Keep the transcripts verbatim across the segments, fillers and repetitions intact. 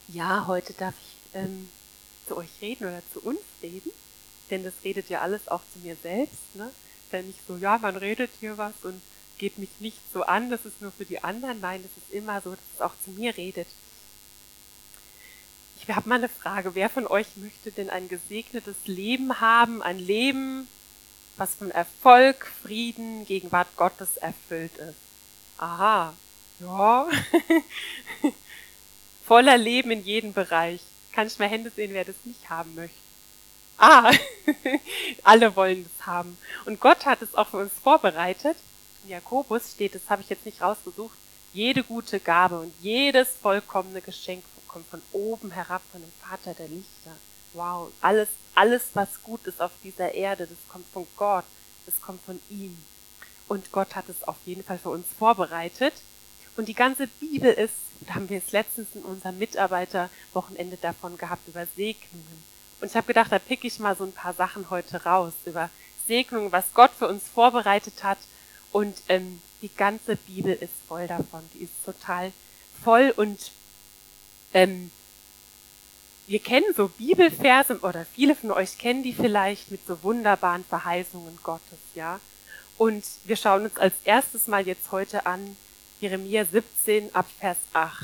Ja, heute darf ich ähm, zu euch reden oder zu uns reden, denn das redet ja alles auch zu mir selbst. Ne? Ist ja nicht so, ja, man redet hier was und geht mich nicht so an, das ist nur für die anderen. Nein, es ist immer so, dass es auch zu mir redet. Ich habe mal eine Frage, wer von euch möchte denn ein gesegnetes Leben haben, ein Leben, was von Erfolg, Frieden, Gegenwart Gottes erfüllt ist? Aha, ja, voller Leben in jedem Bereich. Kann ich mal Hände sehen, wer das nicht haben möchte? Ah, alle wollen es haben. Und Gott hat es auch für uns vorbereitet. In Jakobus steht, das habe ich jetzt nicht rausgesucht, jede gute Gabe und jedes vollkommene Geschenk kommt von oben herab, von dem Vater der Lichter. Wow, alles, alles, was gut ist auf dieser Erde, das kommt von Gott, das kommt von ihm. Und Gott hat es auf jeden Fall für uns vorbereitet. Und die ganze Bibel ist, da haben wir es letztens in unserem Mitarbeiterwochenende davon gehabt, über Segnungen. Und ich habe gedacht, da pick ich mal so ein paar Sachen heute raus, über Segnungen, was Gott für uns vorbereitet hat. Und ähm, die ganze Bibel ist voll davon. Die ist total voll und ähm, wir kennen so Bibelverse, oder viele von euch kennen die vielleicht mit so wunderbaren Verheißungen Gottes, ja. Und wir schauen uns als erstes mal jetzt heute an Jeremia siebzehn ab Vers acht.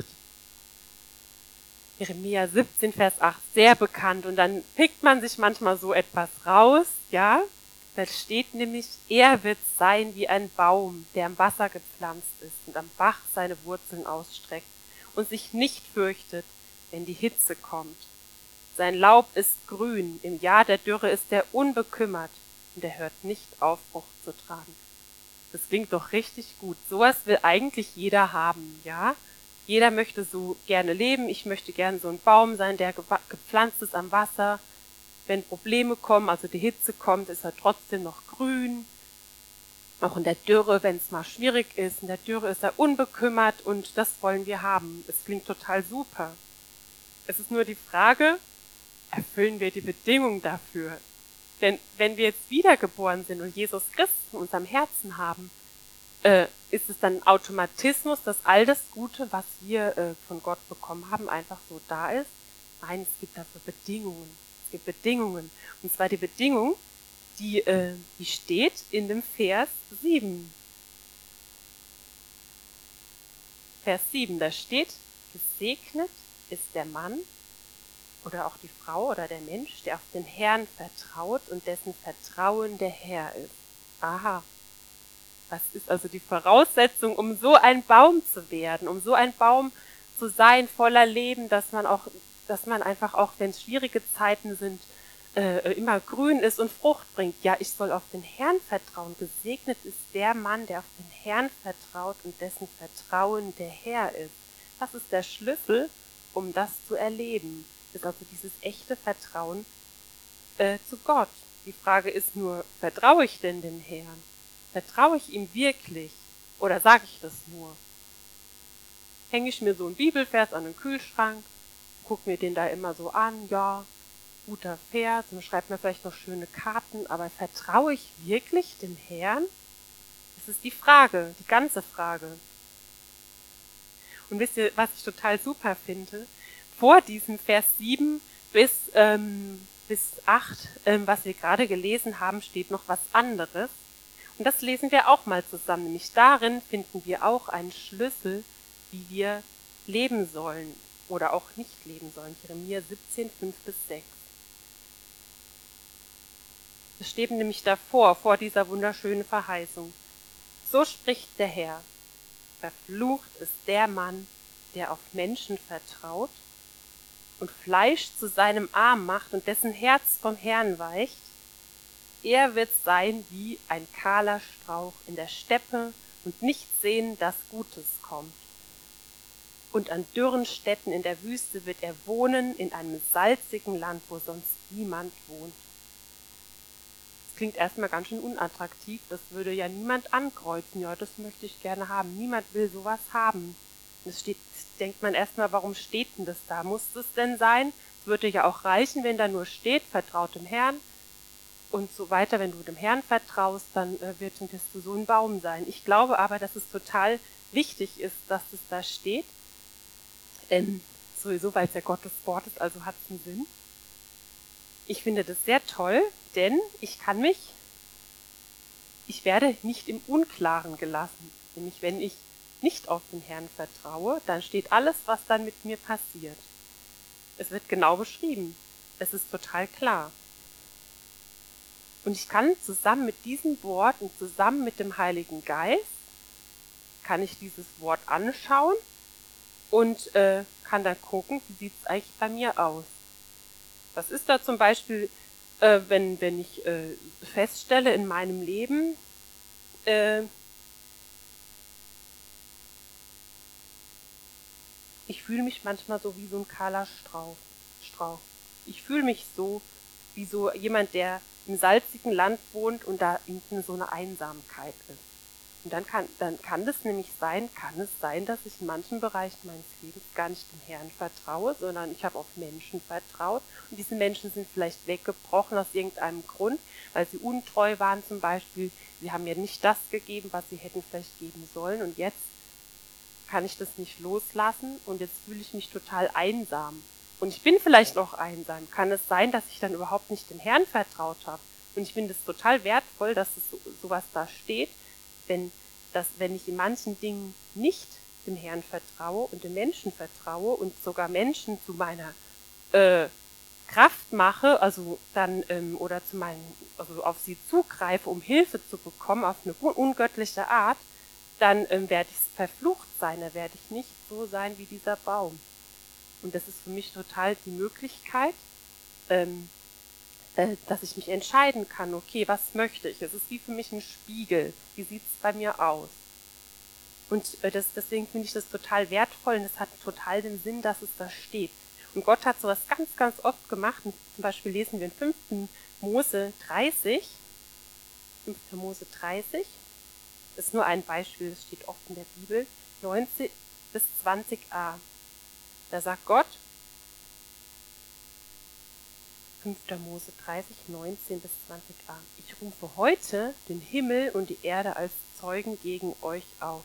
Jeremia siebzehn, Vers acht, sehr bekannt. Und dann pickt man sich manchmal so etwas raus, ja. Da steht nämlich, er wird sein wie ein Baum, der am Wasser gepflanzt ist und am Bach seine Wurzeln ausstreckt und sich nicht fürchtet, wenn die Hitze kommt. Sein Laub ist grün, im Jahr der Dürre ist er unbekümmert und er hört nicht auf, Frucht zu tragen. Das klingt doch richtig gut. Sowas will eigentlich jeder haben, ja? Jeder möchte so gerne leben. Ich möchte gerne so ein Baum sein, der gepflanzt ist am Wasser. Wenn Probleme kommen, also die Hitze kommt, ist er trotzdem noch grün. Auch in der Dürre, wenn es mal schwierig ist, in der Dürre ist er unbekümmert und das wollen wir haben. Es klingt total super. Es ist nur die Frage, erfüllen wir die Bedingungen dafür? Denn wenn wir jetzt wiedergeboren sind und Jesus Christus in unserem Herzen haben, äh, ist es dann ein Automatismus, dass all das Gute, was wir äh, von Gott bekommen haben, einfach so da ist? Nein, es gibt dafür Bedingungen. Es gibt Bedingungen. Und zwar die Bedingung, die, äh, die steht in dem Vers sieben. Vers sieben, da steht, gesegnet ist der Mann, oder auch die Frau oder der Mensch, der auf den Herrn vertraut und dessen Vertrauen der Herr ist. Aha. Was ist also die Voraussetzung, um so ein Baum zu werden, um so ein Baum zu sein, voller Leben, dass man auch, dass man einfach auch, wenn es schwierige Zeiten sind, äh, immer grün ist und Frucht bringt. Ja, ich soll auf den Herrn vertrauen. Gesegnet ist der Mann, der auf den Herrn vertraut und dessen Vertrauen der Herr ist. Das ist der Schlüssel, um das zu erleben. Ist also dieses echte Vertrauen äh, zu Gott. Die Frage ist nur, vertraue ich denn dem Herrn? Vertraue ich ihm wirklich? Oder sage ich das nur? Hänge ich mir so einen Bibelvers an den Kühlschrank, gucke mir den da immer so an, ja, guter Vers, und schreibe mir vielleicht noch schöne Karten, aber vertraue ich wirklich dem Herrn? Das ist die Frage, die ganze Frage. Und wisst ihr, was ich total super finde? Vor diesem Vers sieben bis, ähm, bis acht, ähm, was wir gerade gelesen haben, steht noch was anderes. Und das lesen wir auch mal zusammen. Nämlich darin finden wir auch einen Schlüssel, wie wir leben sollen oder auch nicht leben sollen. Jeremia siebzehn, fünf bis sechs. Es steht nämlich davor, vor dieser wunderschönen Verheißung. So spricht der Herr. Verflucht ist der Mann, der auf Menschen vertraut und Fleisch zu seinem Arm macht und dessen Herz vom Herrn weicht. Er wird sein wie ein kahler Strauch in der Steppe und nicht sehen, dass Gutes kommt. Und an dürren Städten in der Wüste wird er wohnen, in einem salzigen Land, wo sonst niemand wohnt. Das klingt erstmal ganz schön unattraktiv, das würde ja niemand ankreuzen. Ja, das möchte ich gerne haben. Niemand will sowas haben. Das steht, denkt man erstmal, warum steht denn das da? Muss das denn sein? Es würde ja auch reichen, wenn da nur steht, vertraut dem Herrn und so weiter. Wenn du dem Herrn vertraust, dann äh, wird, wirst du so ein Baum sein. Ich glaube aber, dass es total wichtig ist, dass es da steht. Denn Sowieso, weil es ja Gottes Wort ist, also hat es einen Sinn. Ich finde das sehr toll, denn ich kann mich, ich werde nicht im Unklaren gelassen. Nämlich wenn ich nicht auf den Herrn vertraue, dann steht alles, was dann mit mir passiert. Es wird genau beschrieben. Es ist total klar. Und ich kann zusammen mit diesem Wort und zusammen mit dem Heiligen Geist, kann ich dieses Wort anschauen und äh, kann dann gucken, wie sieht es eigentlich bei mir aus. Was ist da zum Beispiel, äh, wenn, wenn ich äh, feststelle in meinem Leben, äh, ich fühle mich manchmal so wie so ein kahler Strauch. Strauch. Ich fühle mich so wie so jemand, der im salzigen Land wohnt und da hinten so eine Einsamkeit ist. Und dann kann, dann kann das nämlich sein, kann es sein, dass ich in manchen Bereichen meines Lebens gar nicht dem Herrn vertraue, sondern ich habe auf Menschen vertraut. Und diese Menschen sind vielleicht weggebrochen aus irgendeinem Grund, weil sie untreu waren zum Beispiel. Sie haben mir nicht das gegeben, was sie hätten vielleicht geben sollen. Und jetzt kann ich das nicht loslassen und jetzt fühle ich mich total einsam. Und ich bin vielleicht auch einsam. Kann es sein, dass ich dann überhaupt nicht dem Herrn vertraut habe? Und ich finde es total wertvoll, dass es so, sowas da steht, wenn, dass, wenn ich in manchen Dingen nicht dem Herrn vertraue und den Menschen vertraue und sogar Menschen zu meiner äh, Kraft mache, also dann ähm, oder zu meinen, also auf sie zugreife, um Hilfe zu bekommen auf eine ungöttliche Art, dann ähm, werde ich verflucht sein, da werde ich nicht so sein wie dieser Baum. Und das ist für mich total die Möglichkeit, ähm, äh, dass ich mich entscheiden kann, okay, was möchte ich? Es ist wie für mich ein Spiegel. Wie sieht es bei mir aus? Und äh, das, deswegen finde ich das total wertvoll und es hat total den Sinn, dass es da steht. Und Gott hat sowas ganz, ganz oft gemacht. Und zum Beispiel lesen wir in fünften Mose dreißig. fünften Mose dreißig. Das ist nur ein Beispiel, das steht oft in der Bibel. neunzehn bis zwanzig a. Da sagt Gott, fünfter Mose dreißig, neunzehn bis zwanzig a. Ich rufe heute den Himmel und die Erde als Zeugen gegen euch auf.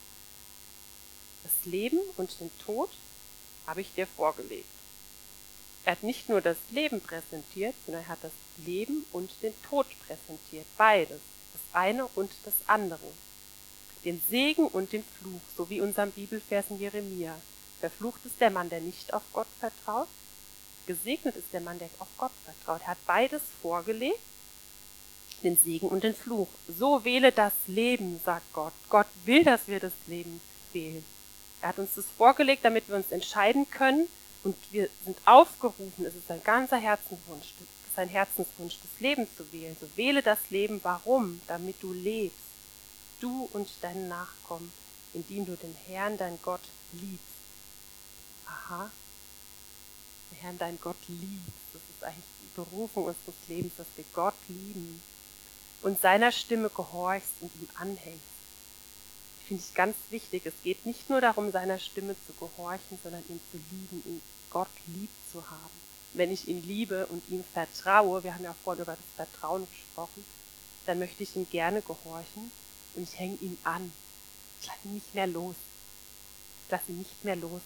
Das Leben und den Tod habe ich dir vorgelegt. Er hat nicht nur das Leben präsentiert, sondern er hat das Leben und den Tod präsentiert. Beides. Das eine und das andere. Den Segen und den Fluch, so wie unserem Bibelvers in Jeremia. Verflucht ist der Mann, der nicht auf Gott vertraut. Gesegnet ist der Mann, der auf Gott vertraut. Er hat beides vorgelegt, den Segen und den Fluch. So wähle das Leben, sagt Gott. Gott will, dass wir das Leben wählen. Er hat uns das vorgelegt, damit wir uns entscheiden können und wir sind aufgerufen, es ist ein ganzer Herzenswunsch, es ist ein Herzenswunsch, das Leben zu wählen. So wähle das Leben, warum? Damit du lebst, du und deine Nachkommen, indem du den Herrn, dein Gott, liebst. Aha. Den Herrn, dein Gott, liebst. Das ist eigentlich die Berufung unseres Lebens, dass wir Gott lieben und seiner Stimme gehorchst und ihm anhängst. Das finde ich ganz wichtig. Es geht nicht nur darum, seiner Stimme zu gehorchen, sondern ihn zu lieben, ihn Gott lieb zu haben. Wenn ich ihn liebe und ihm vertraue, wir haben ja vorhin über das Vertrauen gesprochen, dann möchte ich ihm gerne gehorchen und ich hänge ihn an. Ich lasse ihn nicht mehr los. Ich lasse ihn nicht mehr los.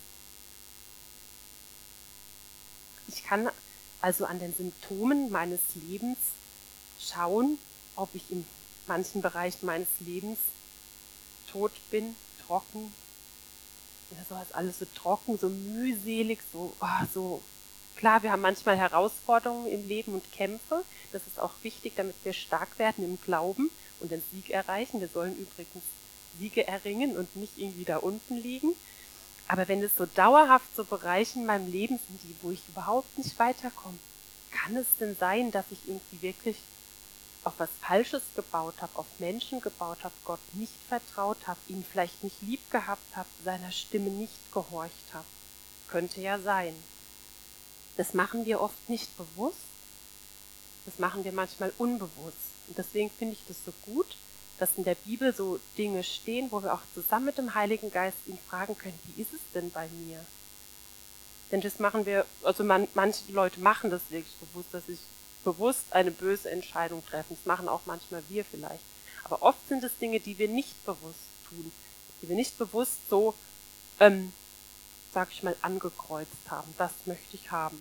Ich kann also an den Symptomen meines Lebens schauen, ob ich in manchen Bereichen meines Lebens tot bin, trocken, ja, so ist alles so trocken, so mühselig, so, oh, so. Klar, wir haben manchmal Herausforderungen im Leben und Kämpfe. Das ist auch wichtig, damit wir stark werden im Glauben und den Sieg erreichen. Wir sollen übrigens Siege erringen und nicht irgendwie da unten liegen. Aber wenn es so dauerhaft so Bereiche in meinem Leben sind, die, wo ich überhaupt nicht weiterkomme, kann es denn sein, dass ich irgendwie wirklich auf was Falsches gebaut habe, auf Menschen gebaut habe, Gott nicht vertraut habe, ihn vielleicht nicht lieb gehabt habe, seiner Stimme nicht gehorcht habe? Könnte ja sein. Das machen wir oft nicht bewusst, das machen wir manchmal unbewusst. Und deswegen finde ich das so gut, dass in der Bibel so Dinge stehen, wo wir auch zusammen mit dem Heiligen Geist ihn fragen können, wie ist es denn bei mir? Denn das machen wir, also man, manche Leute machen das wirklich bewusst, dass sie bewusst eine böse Entscheidung treffen. Das machen auch manchmal wir vielleicht. Aber oft sind es Dinge, die wir nicht bewusst tun, die wir nicht bewusst so ähm, sag ich mal, angekreuzt haben. Das möchte ich haben.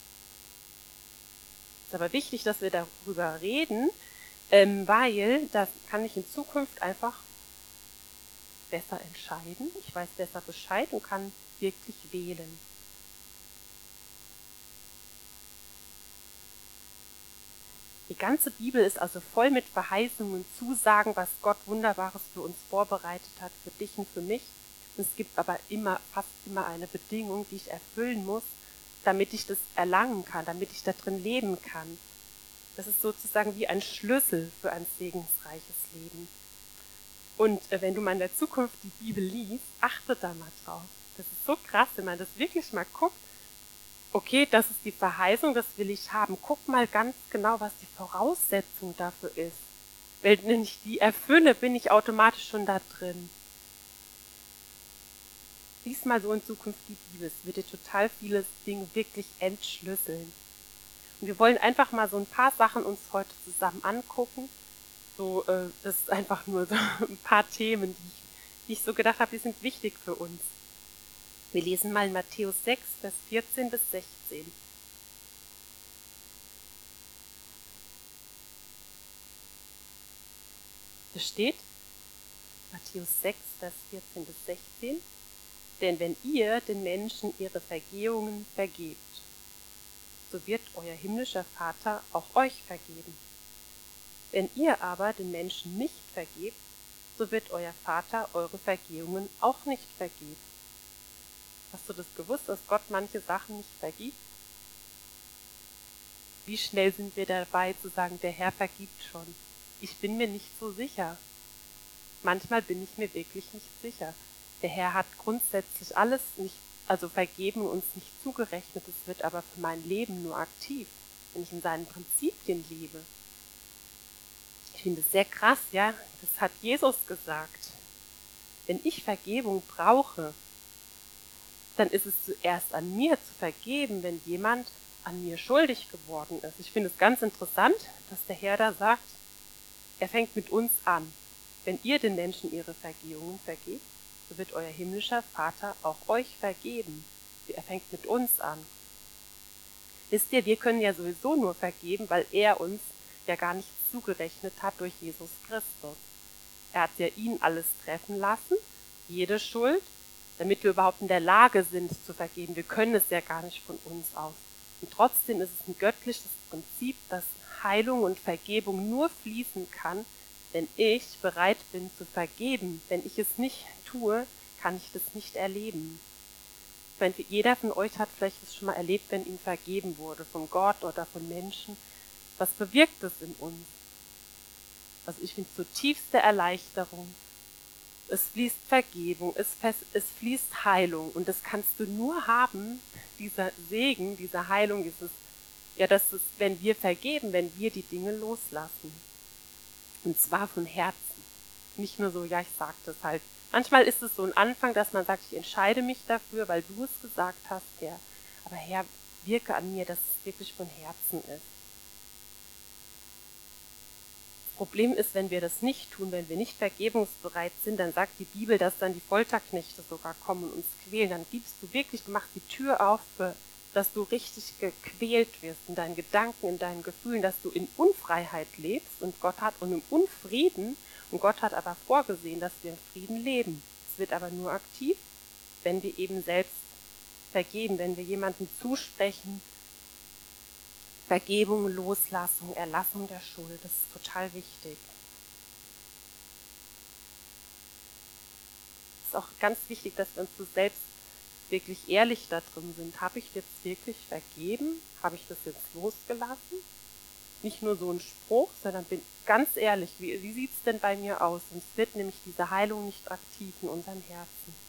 Es ist aber wichtig, dass wir darüber reden, ähm, weil das kann ich in Zukunft einfach besser entscheiden. Ich weiß besser Bescheid und kann wirklich wählen. Die ganze Bibel ist also voll mit Verheißungen, Zusagen, was Gott Wunderbares für uns vorbereitet hat, für dich und für mich. Und es gibt aber immer, fast immer eine Bedingung, die ich erfüllen muss, damit ich das erlangen kann, damit ich da drin leben kann. Das ist sozusagen wie ein Schlüssel für ein segensreiches Leben. Und äh, wenn du mal in der Zukunft die Bibel liest, achte da mal drauf. Das ist so krass, wenn man das wirklich mal guckt. Okay, das ist die Verheißung, das will ich haben. Guck mal ganz genau, was die Voraussetzung dafür ist. Wenn ich die erfülle, bin ich automatisch schon da drin. Lies mal so in Zukunft die Bibel. Es wird dir total viele Dinge wirklich entschlüsseln. Und wir wollen einfach mal so ein paar Sachen uns heute zusammen angucken. So, äh, das ist einfach nur so ein paar Themen, die ich, die ich so gedacht habe, die sind wichtig für uns. Wir lesen mal in Matthäus sechs, Vers vierzehn bis sechzehn. Da steht, Matthäus sechs, Vers vierzehn bis sechzehn, denn wenn ihr den Menschen ihre Vergehungen vergebt, so wird euer himmlischer Vater auch euch vergeben. Wenn ihr aber den Menschen nicht vergebt, so wird euer Vater eure Vergehungen auch nicht vergeben. Hast du das gewusst, dass Gott manche Sachen nicht vergibt? Wie schnell sind wir dabei zu sagen, der Herr vergibt schon? Ich bin mir nicht so sicher. Manchmal bin ich mir wirklich nicht sicher. Der Herr hat grundsätzlich alles nicht, also vergeben und uns nicht zugerechnet. Es wird aber für mein Leben nur aktiv, wenn ich in seinen Prinzipien lebe. Ich finde es sehr krass, ja. Das hat Jesus gesagt. Wenn ich Vergebung brauche, dann ist es zuerst an mir zu vergeben, wenn jemand an mir schuldig geworden ist. Ich finde es ganz interessant, dass der Herr da sagt, er fängt mit uns an. Wenn ihr den Menschen ihre Vergehungen vergebt, so wird euer himmlischer Vater auch euch vergeben. Er fängt mit uns an. Wisst ihr, wir können ja sowieso nur vergeben, weil er uns ja gar nichts zugerechnet hat durch Jesus Christus. Er hat ja ihn alles treffen lassen, jede Schuld, damit wir überhaupt in der Lage sind zu vergeben. Wir können es ja gar nicht von uns aus. Und trotzdem ist es ein göttliches Prinzip, dass Heilung und Vergebung nur fließen kann, wenn ich bereit bin zu vergeben. Wenn ich es nicht tue, kann ich das nicht erleben. Ich meine, jeder von euch hat vielleicht das schon mal erlebt, wenn ihm vergeben wurde, von Gott oder von Menschen. Was bewirkt das in uns? Also ich finde zutiefste Erleichterung. Es fließt Vergebung, es, es fließt Heilung und das kannst du nur haben, dieser Segen, diese Heilung, dieses, ja, das ist, wenn wir vergeben, wenn wir die Dinge loslassen. Und zwar von Herzen. Nicht nur so, ja, ich sag das halt. Manchmal ist es so ein Anfang, dass man sagt, ich entscheide mich dafür, weil du es gesagt hast, Herr. Aber Herr, wirke an mir, dass es wirklich von Herzen ist. Das Problem ist, wenn wir das nicht tun, wenn wir nicht vergebungsbereit sind, dann sagt die Bibel, dass dann die Folterknechte sogar kommen und uns quälen. Dann gibst du wirklich, du machst die Tür auf, für, dass du richtig gequält wirst in deinen Gedanken, in deinen Gefühlen, dass du in Unfreiheit lebst und Gott hat und im Unfrieden. Und Gott hat aber vorgesehen, dass wir im Frieden leben. Es wird aber nur aktiv, wenn wir eben selbst vergeben, wenn wir jemandem zusprechen, Vergebung, Loslassung, Erlassung der Schuld, das ist total wichtig. Es ist auch ganz wichtig, dass wir uns so selbst wirklich ehrlich da drin sind. Habe ich jetzt wirklich vergeben? Habe ich das jetzt losgelassen? Nicht nur so ein Spruch, sondern bin ganz ehrlich, wie, wie sieht es denn bei mir aus? Sonst wird nämlich diese Heilung nicht aktiv in unserem Herzen.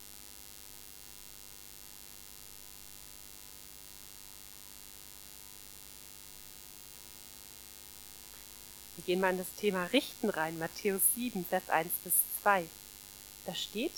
Wir gehen mal in das Thema Richten rein, Matthäus sieben, Vers eins bis zwei. Da steht,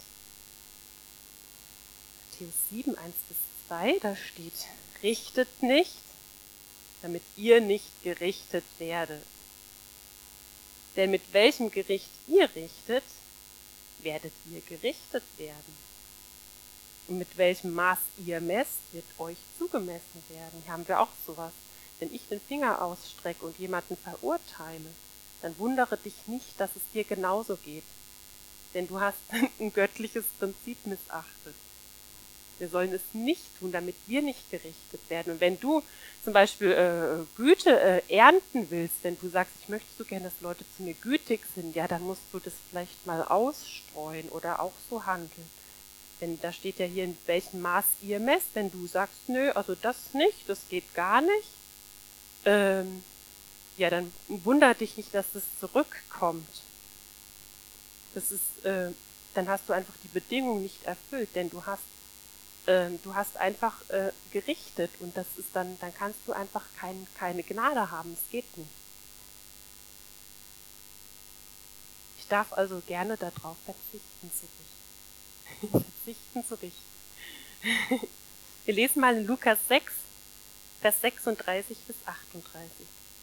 Matthäus sieben, eins bis zwei, da steht, richtet nicht, damit ihr nicht gerichtet werdet. Denn mit welchem Gericht ihr richtet, werdet ihr gerichtet werden. Und mit welchem Maß ihr messt, wird euch zugemessen werden. Hier haben wir auch sowas. Wenn ich den Finger ausstrecke und jemanden verurteile, dann wundere dich nicht, dass es dir genauso geht. Denn du hast ein göttliches Prinzip missachtet. Wir sollen es nicht tun, damit wir nicht gerichtet werden. Und wenn du zum Beispiel äh, Güte äh, ernten willst, wenn du sagst, ich möchte so gerne, dass Leute zu mir gütig sind, ja, dann musst du das vielleicht mal ausstreuen oder auch so handeln. Denn da steht ja hier, in welchem Maß ihr messt. Wenn du sagst, nö, also das nicht, das geht gar nicht, ähm, ja, dann wundert dich nicht, dass das zurückkommt. Das ist, äh, dann hast du einfach die Bedingung nicht erfüllt, denn du hast, äh, du hast einfach äh, gerichtet und das ist dann, dann kannst du einfach kein, keine Gnade haben. Es geht nicht. Ich darf also gerne darauf verzichten zu richten. verzichten zu richten. Wir lesen mal in Lukas sechs, Vers sechsunddreißig bis achtunddreißig.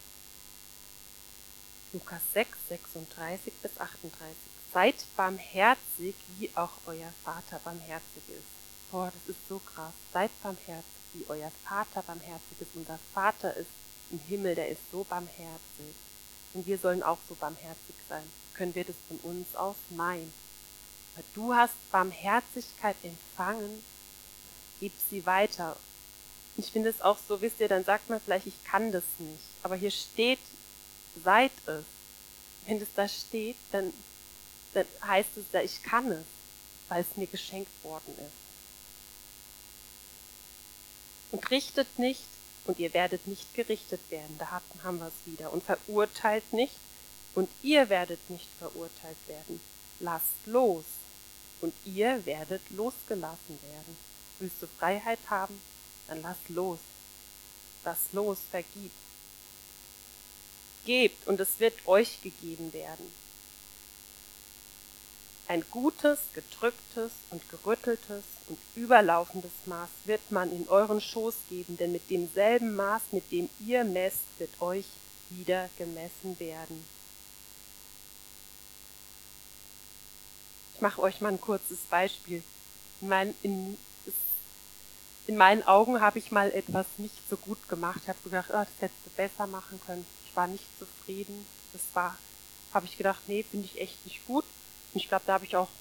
Lukas sechs, sechsunddreißig bis achtunddreißig. Seid barmherzig, wie auch euer Vater barmherzig ist. Boah, das ist so krass. Seid barmherzig, wie euer Vater barmherzig ist. Unser Vater ist im Himmel, der ist so barmherzig. Und wir sollen auch so barmherzig sein. Können wir das von uns aus? Nein. Aber du hast Barmherzigkeit empfangen, gib sie weiter. Ich finde es auch so, wisst ihr, dann sagt man vielleicht, ich kann das nicht. Aber hier steht, seid es. Wenn es da steht, dann, dann heißt es ja, ich kann es, weil es mir geschenkt worden ist. Und richtet nicht, und ihr werdet nicht gerichtet werden. Da haben wir es wieder. Und verurteilt nicht, und ihr werdet nicht verurteilt werden. Lasst los, und ihr werdet losgelassen werden. Willst du Freiheit haben? Dann lass los. Lass los, vergib. Gebt, und es wird euch gegeben werden. Ein gutes, gedrücktes und gerütteltes und überlaufendes Maß wird man in euren Schoß geben, denn mit demselben Maß, mit dem ihr messt, wird euch wieder gemessen werden. Ich mache euch mal ein kurzes Beispiel. In, mein, in, in meinen Augen habe ich mal etwas nicht so gut gemacht. Ich habe gedacht, oh, das hättest du besser machen können. Ich war nicht zufrieden. Das war, habe ich gedacht, nee, finde ich echt nicht gut. Und ich glaube, da habe ich auch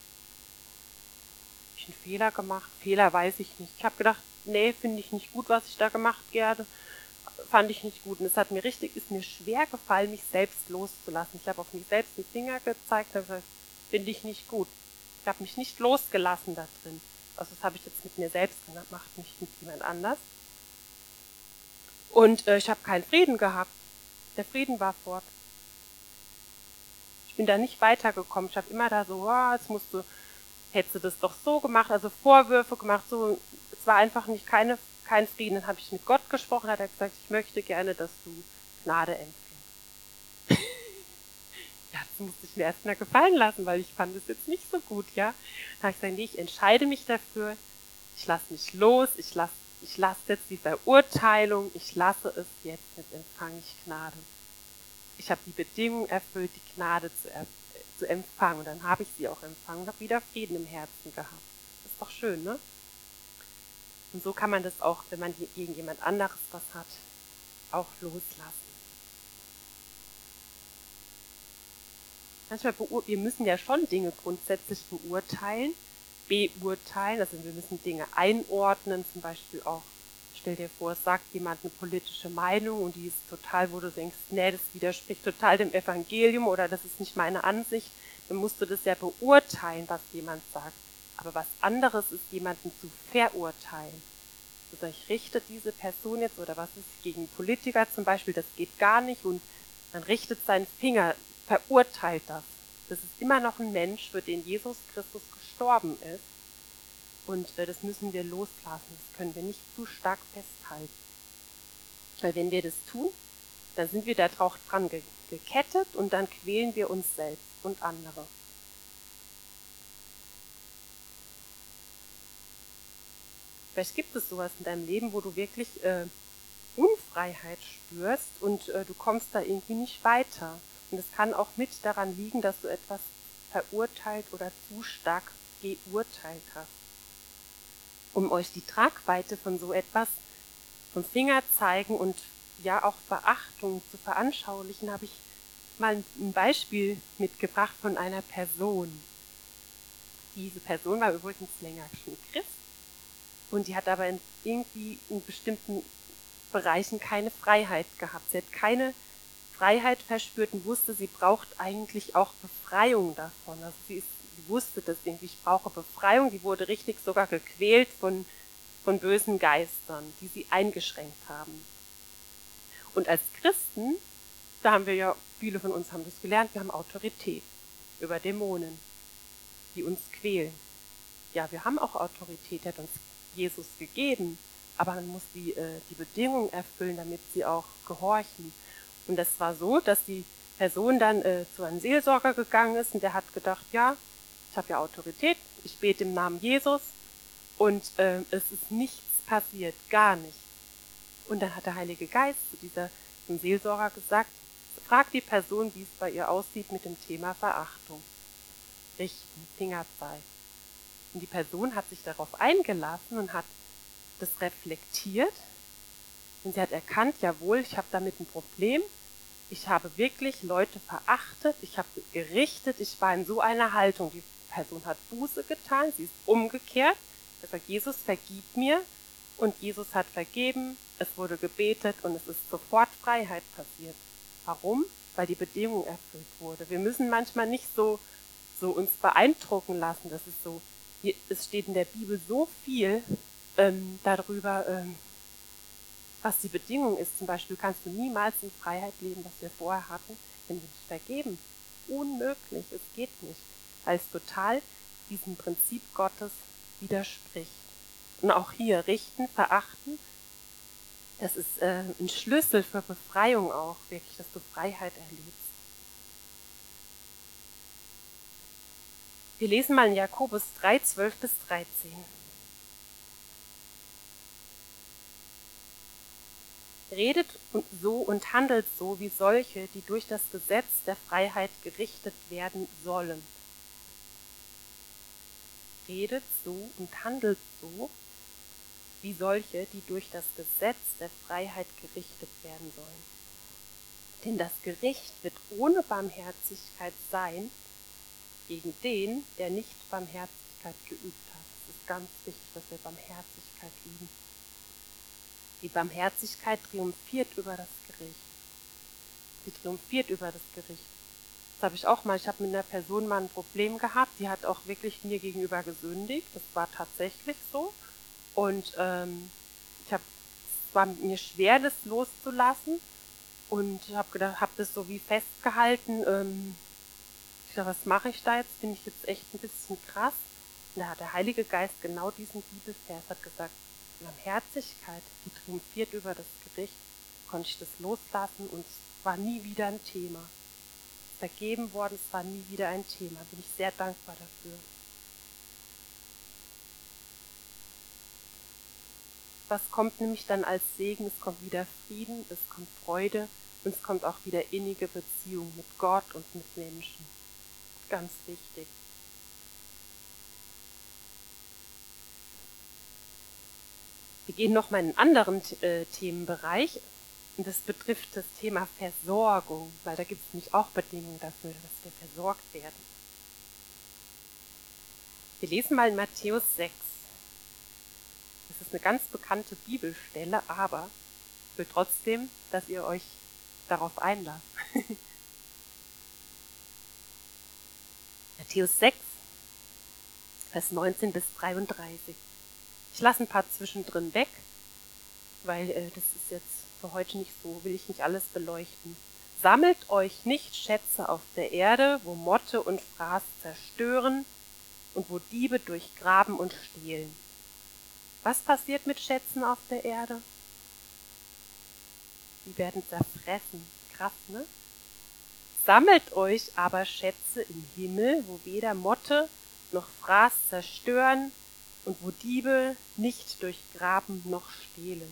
ich einen Fehler gemacht. Fehler weiß ich nicht. Ich habe gedacht, nee, finde ich nicht gut, was ich da gemacht habe. Fand ich nicht gut. Und es hat mir richtig, ist mir schwer gefallen, mich selbst loszulassen. Ich habe auf mich selbst den Finger gezeigt und habe gesagt, finde ich nicht gut. Ich habe mich nicht losgelassen da drin. Also das habe ich jetzt mit mir selbst gemacht, nicht mit jemand anders. Und äh, ich habe keinen Frieden gehabt. Der Frieden war fort. Ich bin da nicht weitergekommen. Ich habe immer da so, oh, jetzt musst du, hättest du das doch so gemacht, also Vorwürfe gemacht. So, es war einfach nicht keine, kein Frieden. Dann habe ich mit Gott gesprochen, hat er gesagt, ich möchte gerne, dass du Gnade empfängst. Ja, das musste ich mir erstmal gefallen lassen, weil ich fand es jetzt nicht so gut, ja. Dann habe ich gesagt, nee, ich entscheide mich dafür, ich lasse mich los, ich lasse ich lasse jetzt die Verurteilung, ich lasse es jetzt, jetzt empfange ich Gnade. Ich habe die Bedingung erfüllt, die Gnade zu, er, zu empfangen. Und dann habe ich sie auch empfangen und habe wieder Frieden im Herzen gehabt. Das ist doch schön, ne? Und so kann man das auch, wenn man gegen jemand anderes was hat, auch loslassen. Manchmal, wir müssen ja schon Dinge grundsätzlich beurteilen, beurteilen, also wir müssen Dinge einordnen, zum Beispiel auch, stell dir vor, es sagt jemand eine politische Meinung und die ist total, wo du denkst, nee, das widerspricht total dem Evangelium oder das ist nicht meine Ansicht, dann musst du das ja beurteilen, was jemand sagt. Aber was anderes ist, jemanden zu verurteilen. Also ich richte diese Person jetzt, oder was ist gegen Politiker zum Beispiel, das geht gar nicht und man richtet seinen Finger, verurteilt das. Das ist immer noch ein Mensch, für den Jesus Christus gestorben ist. Und äh, das müssen wir loslassen. Das können wir nicht zu stark festhalten. Weil wenn wir das tun, dann sind wir da drauf dran ge- gekettet und dann quälen wir uns selbst und andere. Vielleicht gibt es sowas in deinem Leben, wo du wirklich äh, Unfreiheit spürst und äh, du kommst da irgendwie nicht weiter. Und es kann auch mit daran liegen, dass du etwas verurteilt oder zu stark geurteilt hast. Um euch die Tragweite von so etwas vom Finger zeigen und ja auch Beachtung zu veranschaulichen, habe ich mal ein Beispiel mitgebracht von einer Person. Diese Person war übrigens länger schon Christ und die hat aber in, irgendwie in bestimmten Bereichen keine Freiheit gehabt. Sie hat keine Freiheit verspürt und wusste, sie braucht eigentlich auch Befreiung davon. Also sie, ist, sie wusste das irgendwie, ich brauche Befreiung. Sie wurde richtig sogar gequält von, von bösen Geistern, die sie eingeschränkt haben. Und als Christen, da haben wir ja, viele von uns haben das gelernt, wir haben Autorität über Dämonen, die uns quälen. Ja, wir haben auch Autorität, der hat uns Jesus gegeben, aber man muss die, äh, die Bedingungen erfüllen, damit sie auch gehorchen. Und das war so, dass die Person dann äh, zu einem Seelsorger gegangen ist und der hat gedacht, ja, ich habe ja Autorität, ich bete im Namen Jesus und äh, es ist nichts passiert, gar nichts. Und dann hat der Heilige Geist zu dieser zum Seelsorger gesagt, fragt die Person, wie es bei ihr aussieht mit dem Thema Verachtung. Richten, Finger zeigen. Und die Person hat sich darauf eingelassen und hat das reflektiert. Und sie hat erkannt, jawohl, ich habe damit ein Problem. Ich habe wirklich Leute verachtet, ich habe gerichtet, ich war in so einer Haltung. Die Person hat Buße getan, sie ist umgekehrt. Er sagt, Jesus, vergib mir. Und Jesus hat vergeben, es wurde gebetet und es ist sofort Freiheit passiert. Warum? Weil die Bedingung erfüllt wurde. Wir müssen manchmal nicht so, so uns beeindrucken lassen. Das ist so, hier, es steht in der Bibel so viel ähm, darüber, ähm, was die Bedingung ist. Zum Beispiel kannst du niemals in Freiheit leben, was wir vorher hatten, wenn wir nicht vergeben. Unmöglich, es geht nicht, weil es total diesem Prinzip Gottes widerspricht. Und auch hier richten, verachten, das ist äh, ein Schlüssel für Befreiung auch, wirklich, dass du Freiheit erlebst. Wir lesen mal in Jakobus drei, zwölf bis dreizehn. Redet so und handelt so wie solche, die durch das Gesetz der Freiheit gerichtet werden sollen. Redet so und handelt so wie solche, die durch das Gesetz der Freiheit gerichtet werden sollen. Denn das Gericht wird ohne Barmherzigkeit sein gegen den, der nicht Barmherzigkeit geübt hat. Es ist ganz wichtig, dass wir Barmherzigkeit üben. Die Barmherzigkeit triumphiert über das Gericht. Sie triumphiert über das Gericht. Das habe ich auch mal. Ich habe mit einer Person mal ein Problem gehabt. Die hat auch wirklich mir gegenüber gesündigt. Das war tatsächlich so. Und ähm, ich habe, es war mir schwer, das loszulassen. Und ich habe gedacht, habe das so wie festgehalten. Ähm, ich dachte, was mache ich da jetzt? Bin ich jetzt echt ein bisschen krass? Und da hat der Heilige Geist genau diesen Bibelvers hat gesagt, Barmherzigkeit, die triumphiert über das Gericht, konnte ich das loslassen und es war nie wieder ein Thema. Es ist vergeben worden, es war nie wieder ein Thema. Bin ich sehr dankbar dafür. Was kommt nämlich dann als Segen? Es kommt wieder Frieden, es kommt Freude und es kommt auch wieder innige Beziehung mit Gott und mit Menschen. Ganz wichtig. Wir gehen nochmal in einen anderen äh, Themenbereich und das betrifft das Thema Versorgung, weil da gibt es nämlich auch Bedingungen dafür, dass wir versorgt werden. Wir lesen mal in Matthäus sechs. Das ist eine ganz bekannte Bibelstelle, aber ich will trotzdem, dass ihr euch darauf einlasst. Matthäus sechs, Vers neunzehn bis dreiunddreißig. Ich lasse ein paar zwischendrin weg, weil äh, das ist jetzt für heute nicht so, will ich nicht alles beleuchten. Sammelt euch nicht Schätze auf der Erde, wo Motte und Fraß zerstören und wo Diebe durchgraben und stehlen. Was passiert mit Schätzen auf der Erde? Die werden zerfressen. Krass, ne? Sammelt euch aber Schätze im Himmel, wo weder Motte noch Fraß zerstören und wo Diebe nicht durchgraben noch stehlen.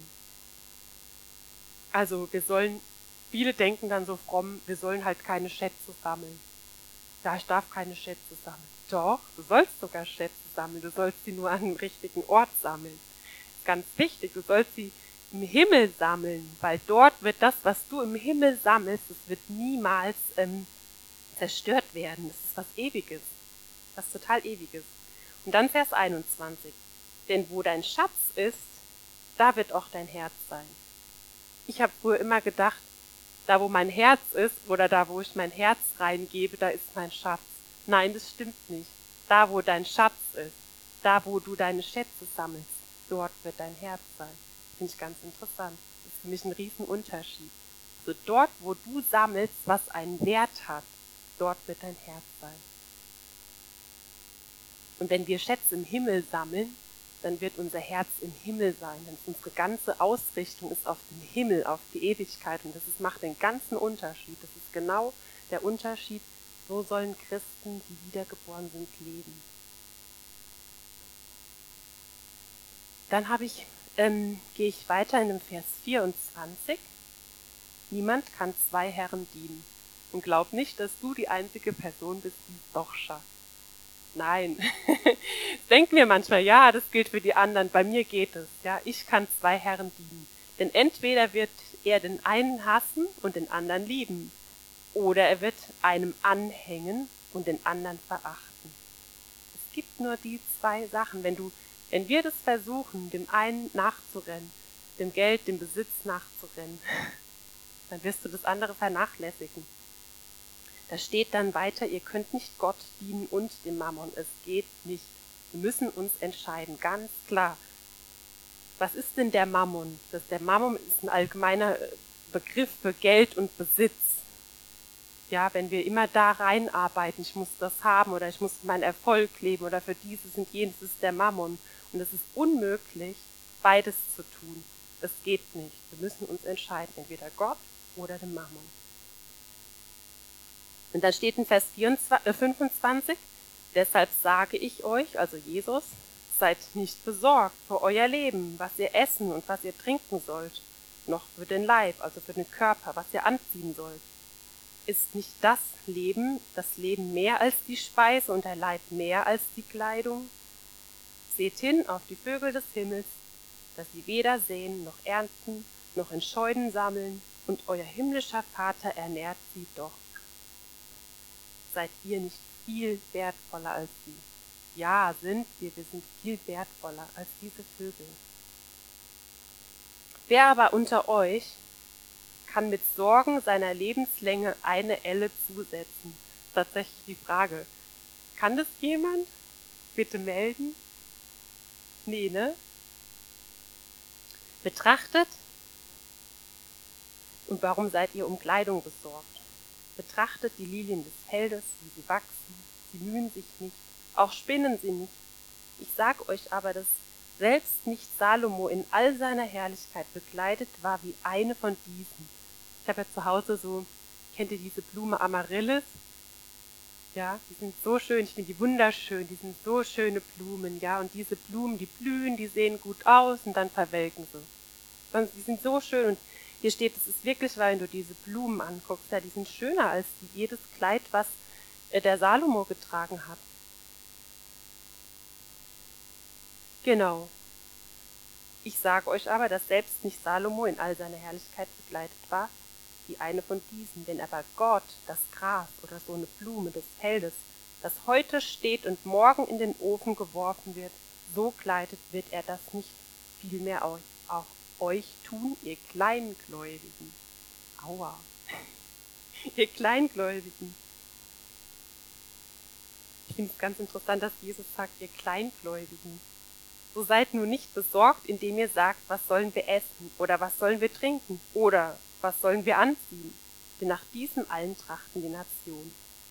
Also wir sollen, viele denken dann so fromm, wir sollen halt keine Schätze sammeln. Ja, ich darf keine Schätze sammeln. Doch, du sollst sogar Schätze sammeln, du sollst sie nur an dem richtigen Ort sammeln. Das ist ganz wichtig, du sollst sie im Himmel sammeln, weil dort wird das, was du im Himmel sammelst, das wird niemals ähm, zerstört werden. Das ist was Ewiges, was total Ewiges. Und dann Vers einundzwanzig. Denn wo dein Schatz ist, da wird auch dein Herz sein. Ich habe früher immer gedacht, da wo mein Herz ist oder da wo ich mein Herz reingebe, da ist mein Schatz. Nein, das stimmt nicht. Da wo dein Schatz ist, da wo du deine Schätze sammelst, dort wird dein Herz sein. Finde ich ganz interessant. Das ist für mich ein Riesenunterschied. Also dort, wo du sammelst, was einen Wert hat, dort wird dein Herz sein. Und wenn wir Schätze im Himmel sammeln, dann wird unser Herz im Himmel sein. Denn unsere ganze Ausrichtung ist auf den Himmel, auf die Ewigkeit. Und das ist, macht den ganzen Unterschied. Das ist genau der Unterschied. So sollen Christen, die wiedergeboren sind, leben. Dann habe ich, ähm, gehe ich weiter in dem Vers vierundzwanzig. Niemand kann zwei Herren dienen. Und glaub nicht, dass du die einzige Person bist, die es doch schafft. Nein, denken wir manchmal, ja, das gilt für die anderen, bei mir geht es. Ja, ich kann zwei Herren dienen. Denn entweder wird er den einen hassen und den anderen lieben, oder er wird einem anhängen und den anderen verachten. Es gibt nur die zwei Sachen. Wenn du, wenn wir das versuchen, dem einen nachzurennen, dem Geld, dem Besitz nachzurennen, dann wirst du das andere vernachlässigen. Da steht dann weiter, ihr könnt nicht Gott dienen und dem Mammon. Es geht nicht. Wir müssen uns entscheiden, ganz klar. Was ist denn der Mammon? Das, der Mammon ist ein allgemeiner Begriff für Geld und Besitz. Ja, wenn wir immer da reinarbeiten, ich muss das haben oder ich muss meinen Erfolg leben oder für dieses und jenes ist der Mammon. Und es ist unmöglich, beides zu tun. Es geht nicht. Wir müssen uns entscheiden, entweder Gott oder dem Mammon. Und dann steht in Vers fünfundzwanzig, deshalb sage ich euch, also Jesus, seid nicht besorgt für euer Leben, was ihr essen und was ihr trinken sollt, noch für den Leib, also für den Körper, was ihr anziehen sollt. Ist nicht das Leben, das Leben mehr als die Speise und der Leib mehr als die Kleidung? Seht hin auf die Vögel des Himmels, dass sie weder säen noch ernten, noch in Scheunen sammeln, und euer himmlischer Vater ernährt sie doch. Seid ihr nicht viel wertvoller als sie? Ja, sind wir, wir sind viel wertvoller als diese Vögel. Wer aber unter euch kann mit Sorgen seiner Lebenslänge eine Elle zusetzen? Tatsächlich die Frage. Kann das jemand? Bitte melden? Nee, ne? Betrachtet. Und warum seid ihr um Kleidung besorgt? Betrachtet die Lilien des Feldes, wie sie wachsen. Sie mühen sich nicht, auch spinnen sie nicht. Ich sag euch aber, dass selbst nicht Salomo in all seiner Herrlichkeit bekleidet war wie eine von diesen. Ich habe ja zu Hause so, kennt ihr diese Blume Amaryllis? Ja, die sind so schön, ich finde die wunderschön, die sind so schöne Blumen, ja, und diese Blumen, die blühen, die sehen gut aus und dann verwelken sie. Die sind so schön und hier steht, es ist wirklich, weil wenn du diese Blumen anguckst, ja, die sind schöner als jedes Kleid, was der Salomo getragen hat. Genau. Ich sage euch aber, dass selbst nicht Salomo in all seiner Herrlichkeit bekleidet war, wie eine von diesen. Wenn aber Gott das Gras oder so eine Blume des Feldes, das heute steht und morgen in den Ofen geworfen wird, so kleidet, wird er das nicht vielmehr auch euch tun, ihr Kleingläubigen. Aua. Ihr Kleingläubigen. Ich finde es ganz interessant, dass Jesus sagt, ihr Kleingläubigen. So seid nur nicht besorgt, indem ihr sagt, was sollen wir essen oder was sollen wir trinken oder was sollen wir anziehen. Denn nach diesem allen trachten die Nationen.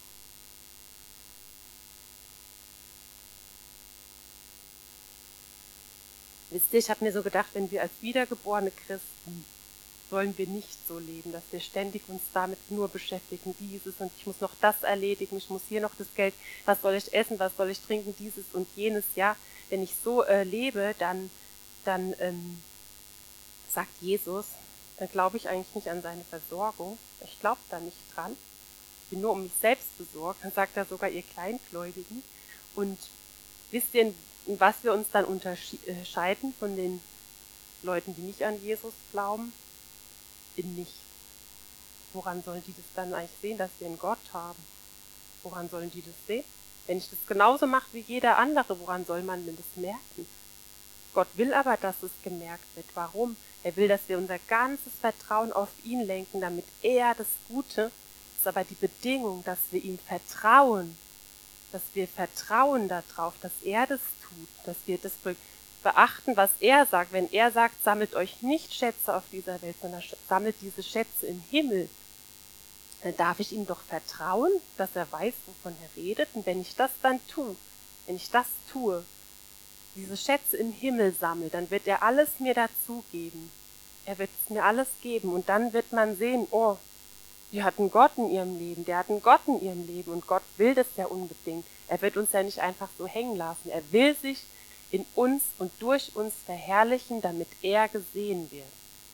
Wisst ihr, ich habe mir so gedacht, wenn wir als wiedergeborene Christen sollen wir nicht so leben, dass wir ständig uns damit nur beschäftigen, dieses und ich muss noch das erledigen, ich muss hier noch das Geld, was soll ich essen, was soll ich trinken, dieses und jenes, ja. Wenn ich so äh, lebe, dann, dann ähm, sagt Jesus, dann glaube ich eigentlich nicht an seine Versorgung, ich glaube da nicht dran, ich bin nur um mich selbst besorgt, dann sagt er sogar, ihr Kleingläubigen. Und wisst ihr, in was wir uns dann unterscheiden von den Leuten, die nicht an Jesus glauben? In nichts. Woran sollen die das dann eigentlich sehen, dass wir einen Gott haben? Woran sollen die das sehen? Wenn ich das genauso mache wie jeder andere, woran soll man denn das merken? Gott will aber, dass es gemerkt wird. Warum? Er will, dass wir unser ganzes Vertrauen auf ihn lenken, damit er das Gute, das ist aber die Bedingung, dass wir ihm vertrauen, dass wir vertrauen darauf, dass er das tut, dass wir das beachten, was er sagt. Wenn er sagt, sammelt euch nicht Schätze auf dieser Welt, sondern sammelt diese Schätze im Himmel, dann darf ich ihm doch vertrauen, dass er weiß, wovon er redet. Und wenn ich das dann tue, wenn ich das tue, diese Schätze im Himmel sammle, dann wird er alles mir dazugeben. Er wird es mir alles geben. Und dann wird man sehen, oh, die hatten Gott in ihrem Leben, der hat einen Gott in ihrem Leben. Und Gott will das ja unbedingt. Er wird uns ja nicht einfach so hängen lassen. Er will sich in uns und durch uns verherrlichen, damit er gesehen wird.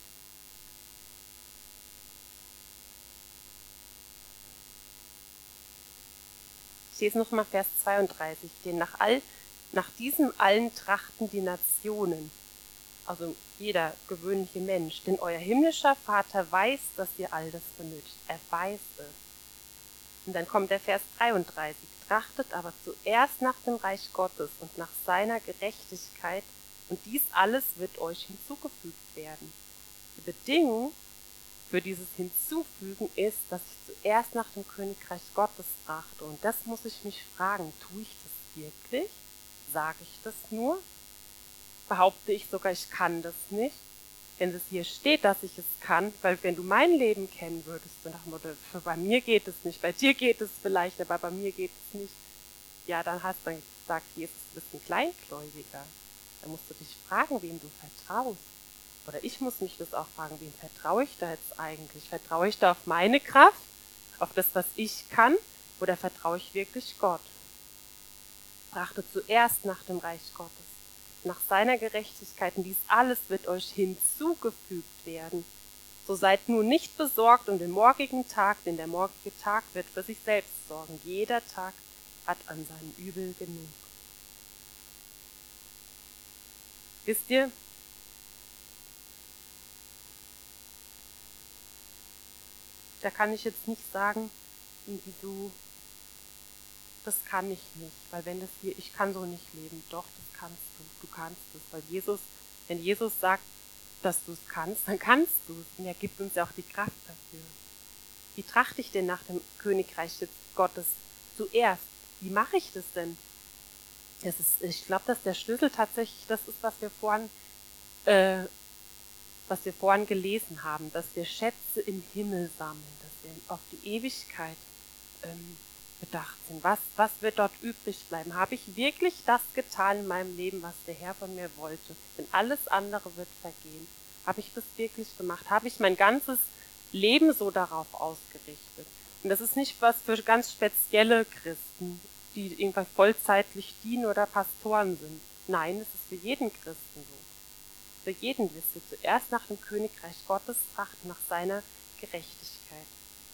Ich lese nochmal Vers zweiunddreißig. Denn nach, all, nach diesem allen trachten die Nationen, also jeder gewöhnliche Mensch, denn euer himmlischer Vater weiß, dass ihr all das benötigt. Er weiß es. Und dann kommt der Vers dreiunddreißig. Trachtet aber zuerst nach dem Reich Gottes und nach seiner Gerechtigkeit, und dies alles wird euch hinzugefügt werden. Die Bedingung für dieses Hinzufügen ist, dass ich zuerst nach dem Königreich Gottes trachte. Und das muss ich mich fragen, tue ich das wirklich? Sage ich das nur? Behaupte ich sogar, ich kann das nicht? Wenn es hier steht, dass ich es kann, weil wenn du mein Leben kennen würdest, so nach dem Motto, für bei mir geht es nicht, bei dir geht es vielleicht, aber bei mir geht es nicht, ja, dann hast du dann gesagt, Jesus, du bist ein Kleingläubiger. Dann musst du dich fragen, wem du vertraust. Oder ich muss mich das auch fragen, wem vertraue ich da jetzt eigentlich? Vertraue ich da auf meine Kraft, auf das, was ich kann, oder vertraue ich wirklich Gott? Trachtet zuerst nach dem Reich Gottes, nach seiner Gerechtigkeit, und dies alles wird euch hinzugefügt werden. So seid nun nicht besorgt um den morgigen Tag, denn der morgige Tag wird für sich selbst sorgen. Jeder Tag hat an seinem Übel genug. Wisst ihr, da kann ich jetzt nicht sagen, irgendwie so, das kann ich nicht, weil wenn das hier, ich kann so nicht leben, doch, das kannst du, du kannst es, weil Jesus, wenn Jesus sagt, dass du es kannst, dann kannst du es, und er gibt uns ja auch die Kraft dafür. Wie trachte ich denn nach dem Königreich Gottes zuerst? Wie mache ich das denn? Das ist, ich glaube, dass der Schlüssel tatsächlich das ist, was wir vorhin, äh, was wir vorhin gelesen haben, dass wir Schätze im Himmel sammeln, dass wir auf die Ewigkeit ähm, bedacht sind. Was, was wird dort übrig bleiben? Habe ich wirklich das getan in meinem Leben, was der Herr von mir wollte? Denn alles andere wird vergehen. Habe ich das wirklich gemacht? Habe ich mein ganzes Leben so darauf ausgerichtet? Und das ist nicht was für ganz spezielle Christen, die irgendwann vollzeitlich dienen oder Pastoren sind. Nein, es ist für jeden Christen so. Für jeden wirst du zuerst nach dem Königreich Gottes trachten, nach seiner Gerechtigkeit.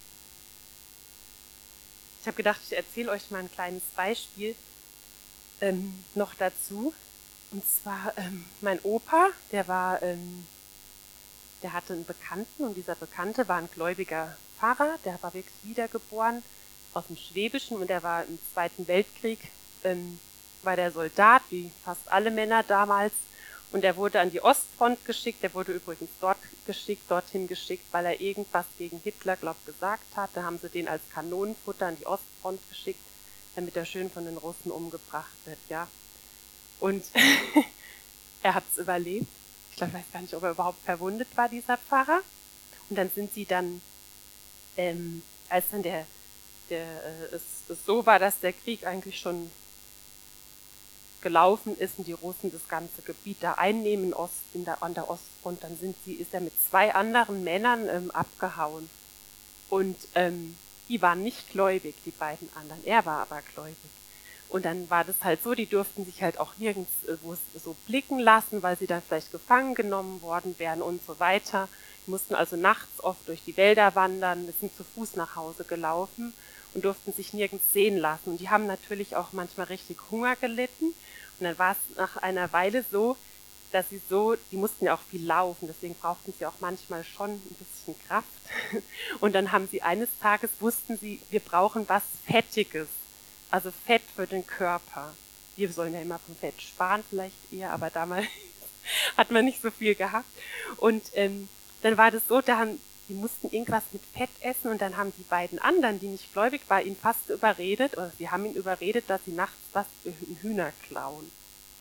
Ich habe gedacht, ich erzähle euch mal ein kleines Beispiel ähm, noch dazu. Und zwar ähm, mein Opa, der war, ähm, der hatte einen Bekannten, und dieser Bekannte war ein gläubiger Pfarrer, der war wirklich wiedergeboren aus dem Schwäbischen, und der war im Zweiten Weltkrieg, ähm, war der Soldat, wie fast alle Männer damals, und er wurde an die Ostfront geschickt. Der wurde übrigens dort geschickt, dorthin geschickt, weil er irgendwas gegen Hitler, glaub, gesagt hat. Da haben sie den als Kanonenfutter an die Ostfront geschickt, damit er schön von den Russen umgebracht wird, ja. Und er hat es überlebt. Ich glaube, ich weiß gar nicht, ob er überhaupt verwundet war, dieser Pfarrer. Und dann sind sie dann, ähm, als dann der, der äh, es, es so war, dass der Krieg eigentlich schon gelaufen ist und die Russen das ganze Gebiet da einnehmen Ost, in der, an der Ostfront, dann sind sie, ist er mit zwei anderen Männern ähm, abgehauen. Und ähm, die waren nicht gläubig, die beiden anderen. Er war aber gläubig. Und dann war das halt so, die durften sich halt auch nirgends äh, wo es so blicken lassen, weil sie dann vielleicht gefangen genommen worden wären und so weiter. Die mussten also nachts oft durch die Wälder wandern, sind zu Fuß nach Hause gelaufen. und durften sich nirgends sehen lassen. Und die haben natürlich auch manchmal richtig Hunger gelitten. Und dann war es nach einer Weile so, dass sie so, die mussten ja auch viel laufen, deswegen brauchten sie auch manchmal schon ein bisschen Kraft. Und dann haben sie eines Tages, wussten sie, wir brauchen was Fettiges, also Fett für den Körper. Wir sollen ja immer vom Fett sparen, vielleicht eher, aber damals hat man nicht so viel gehabt. Und ähm, dann war das so, da haben, die mussten irgendwas mit Fett essen und dann haben die beiden anderen, die nicht gläubig waren, ihn fast überredet, oder sie haben ihn überredet, dass sie nachts was für Hühner klauen.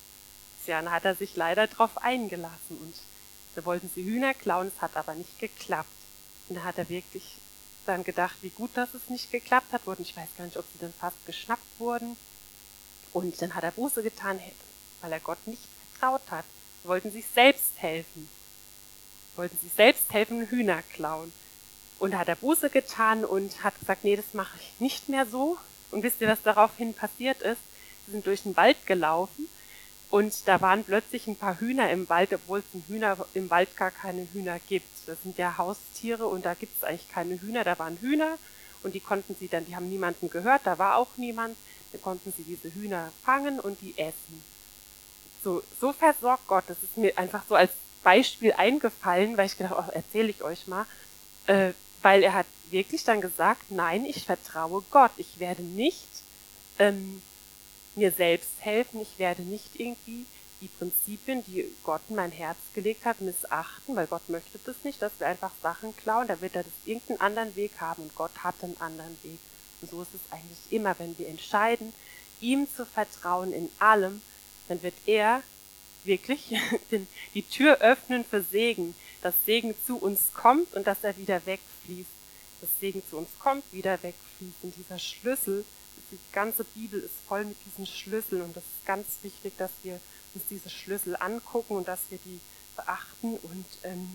Ja, dann hat er sich leider drauf eingelassen und da wollten sie Hühner klauen, es hat aber nicht geklappt. Und da hat er wirklich dann gedacht, wie gut, dass es nicht geklappt hat. Und ich weiß gar nicht, ob sie dann fast geschnappt wurden. Und dann hat er Buße getan, weil er Gott nicht vertraut hat. Sie wollten sich selbst helfen. Wollten sich selbst helfen, Hühner klauen. Und da hat er Buße getan und hat gesagt, nee, das mache ich nicht mehr so. Und wisst ihr, was daraufhin passiert ist? Sie sind durch den Wald gelaufen. Und da waren plötzlich ein paar Hühner im Wald, obwohl es im, Hühner, im Wald gar keine Hühner gibt. Das sind ja Haustiere und da gibt es eigentlich keine Hühner. Da waren Hühner und die konnten sie dann, die haben niemanden gehört, da war auch niemand. Da konnten sie diese Hühner fangen und die essen. So, so versorgt Gott. Das ist mir einfach so als Beispiel eingefallen, weil ich gedacht habe, oh, erzähle ich euch mal. Äh, weil er hat wirklich dann gesagt, nein, ich vertraue Gott. Ich werde nicht ähm, mir selbst helfen. Ich werde nicht irgendwie die Prinzipien, die Gott in mein Herz gelegt hat, missachten, weil Gott möchte das nicht, dass wir einfach Sachen klauen. Da wird er das irgendeinen anderen Weg haben und Gott hat einen anderen Weg. Und so ist es eigentlich immer, wenn wir entscheiden, ihm zu vertrauen in allem, dann wird er wirklich die Tür öffnen für Segen, dass Segen zu uns kommt und dass er wieder wegfließt. Dass Segen zu uns kommt, wieder wegfließt. Und dieser Schlüssel, die ganze Bibel ist voll mit diesen Schlüsseln und das ist ganz wichtig, dass wir uns diese Schlüssel angucken und dass wir die beachten und ähm,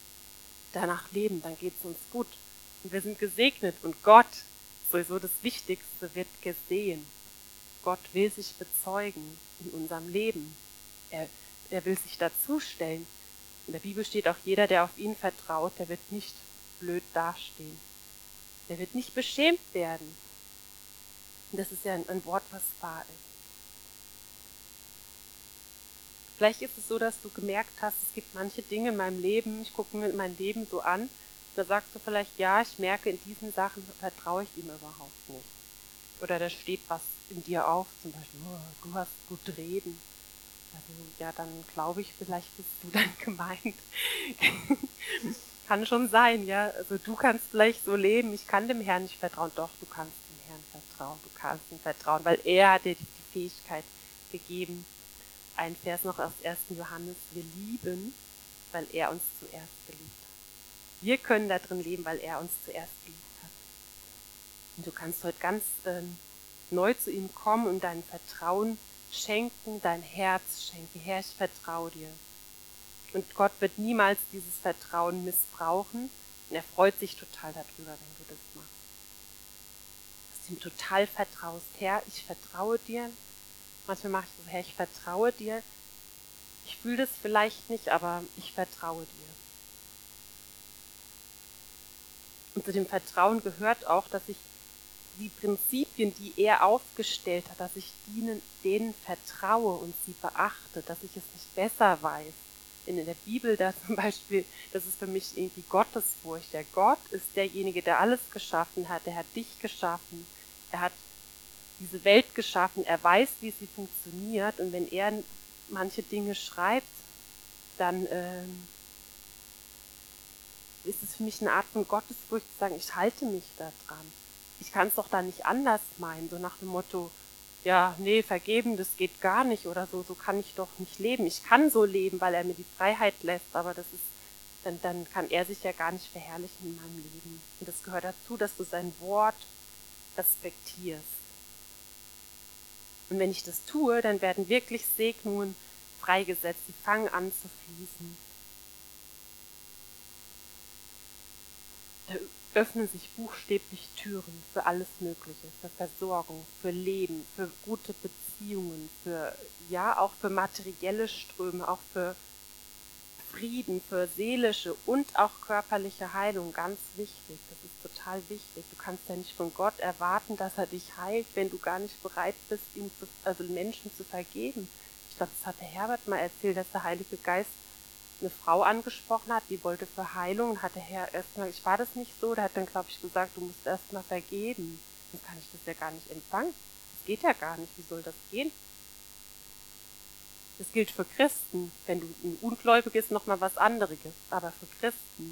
danach leben. Dann geht es uns gut. Und wir sind gesegnet und Gott, sowieso das Wichtigste, wird gesehen. Gott will sich bezeugen in unserem Leben. Er, er will sich dazustellen. In der Bibel steht auch, jeder, der auf ihn vertraut, der wird nicht blöd dastehen. Der wird nicht beschämt werden. Und das ist ja ein, ein Wort, was wahr ist. Vielleicht ist es so, dass du gemerkt hast, es gibt manche Dinge in meinem Leben, ich gucke mir mein Leben so an, da sagst du vielleicht, ja, ich merke, in diesen Sachen vertraue ich ihm überhaupt nicht. Oder da steht was in dir auf, zum Beispiel, oh, du hast gut reden. Also ja, dann glaube ich, vielleicht bist du dann gemeint. Kann schon sein, ja. Also du kannst vielleicht so leben, ich kann dem Herrn nicht vertrauen. Doch, du kannst dem Herrn vertrauen, du kannst ihm vertrauen, weil er hat dir die Fähigkeit gegeben. Ein Vers noch aus ersten Johannes, wir lieben, weil er uns zuerst geliebt hat. Wir können da drin leben, weil er uns zuerst geliebt hat. Und du kannst heute ganz äh, neu zu ihm kommen und dein Vertrauen schenken, dein Herz schenken. Herr, ich vertraue dir. Und Gott wird niemals dieses Vertrauen missbrauchen. Und er freut sich total darüber, wenn du das machst. Dass du ihm total vertraust. Herr, ich vertraue dir. Manchmal mache ich so, Herr, ich vertraue dir. Ich fühle das vielleicht nicht, aber ich vertraue dir. Und zu dem Vertrauen gehört auch, dass ich die Prinzipien, die er aufgestellt hat, dass ich denen, denen vertraue und sie beachte, dass ich es nicht besser weiß. Denn in der Bibel da zum Beispiel, das ist für mich irgendwie Gottesfurcht. Der Gott ist derjenige, der alles geschaffen hat. Der hat dich geschaffen. Er hat diese Welt geschaffen. Er weiß, wie sie funktioniert. Und wenn er manche Dinge schreibt, dann ähm, ist es für mich eine Art von Gottesfurcht zu sagen, ich halte mich da dran. Ich kann es doch da nicht anders meinen, so nach dem Motto, ja, nee, vergeben, das geht gar nicht oder so, so kann ich doch nicht leben. Ich kann so leben, weil er mir die Freiheit lässt, aber das ist, dann, dann kann er sich ja gar nicht verherrlichen in meinem Leben. Und das gehört dazu, dass du sein Wort respektierst. Und wenn ich das tue, dann werden wirklich Segnungen freigesetzt, die fangen an zu fließen. Da öffnen sich buchstäblich Türen für alles Mögliche, für Versorgung, für Leben, für gute Beziehungen, für, ja, auch für materielle Ströme, auch für Frieden, für seelische und auch körperliche Heilung, ganz wichtig. Das ist total total wichtig. Du kannst ja nicht von Gott erwarten, dass er dich heilt, wenn du gar nicht bereit bist, ihm zu, also Menschen zu vergeben. Ich glaube, das hat der Herbert mal erzählt, dass der Heilige Geist eine Frau angesprochen hat, die wollte für Heilung, und hat der Herr erstmal, ich war das nicht so, der hat dann, glaube ich, gesagt, du musst erstmal vergeben. Dann kann ich das ja gar nicht empfangen. Das geht ja gar nicht. Wie soll das gehen? Das gilt für Christen. Wenn du ein Ungläubiger ist, nochmal was anderes. Aber für Christen.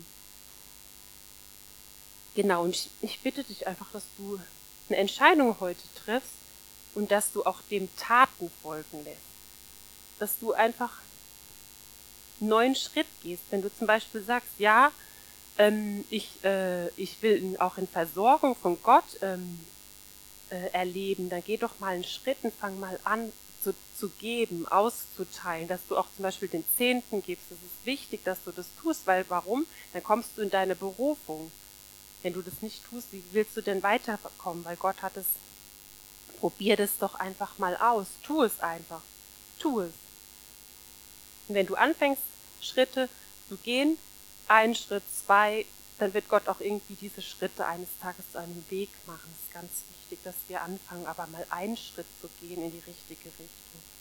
Genau, und ich, ich bitte dich einfach, dass du eine Entscheidung heute triffst und dass du auch dem Taten folgen lässt. Dass du einfach einen neuen Schritt gehst. Wenn du zum Beispiel sagst, ja, ähm, ich, äh, ich will auch in Versorgung von Gott ähm, äh, erleben, dann geh doch mal einen Schritt und fang mal an zu, zu geben, auszuteilen, dass du auch zum Beispiel den Zehnten gibst. Das ist wichtig, dass du das tust, weil warum? Dann kommst du in deine Berufung. Wenn du das nicht tust, wie willst du denn weiterkommen? Weil Gott hat es, probier das doch einfach mal aus. Tu es einfach. Tu es. Und wenn du anfängst, Schritte zu gehen, ein Schritt, zwei, dann wird Gott auch irgendwie diese Schritte eines Tages zu einem Weg machen. Es ist ganz wichtig, dass wir anfangen, aber mal einen Schritt zu gehen in die richtige Richtung.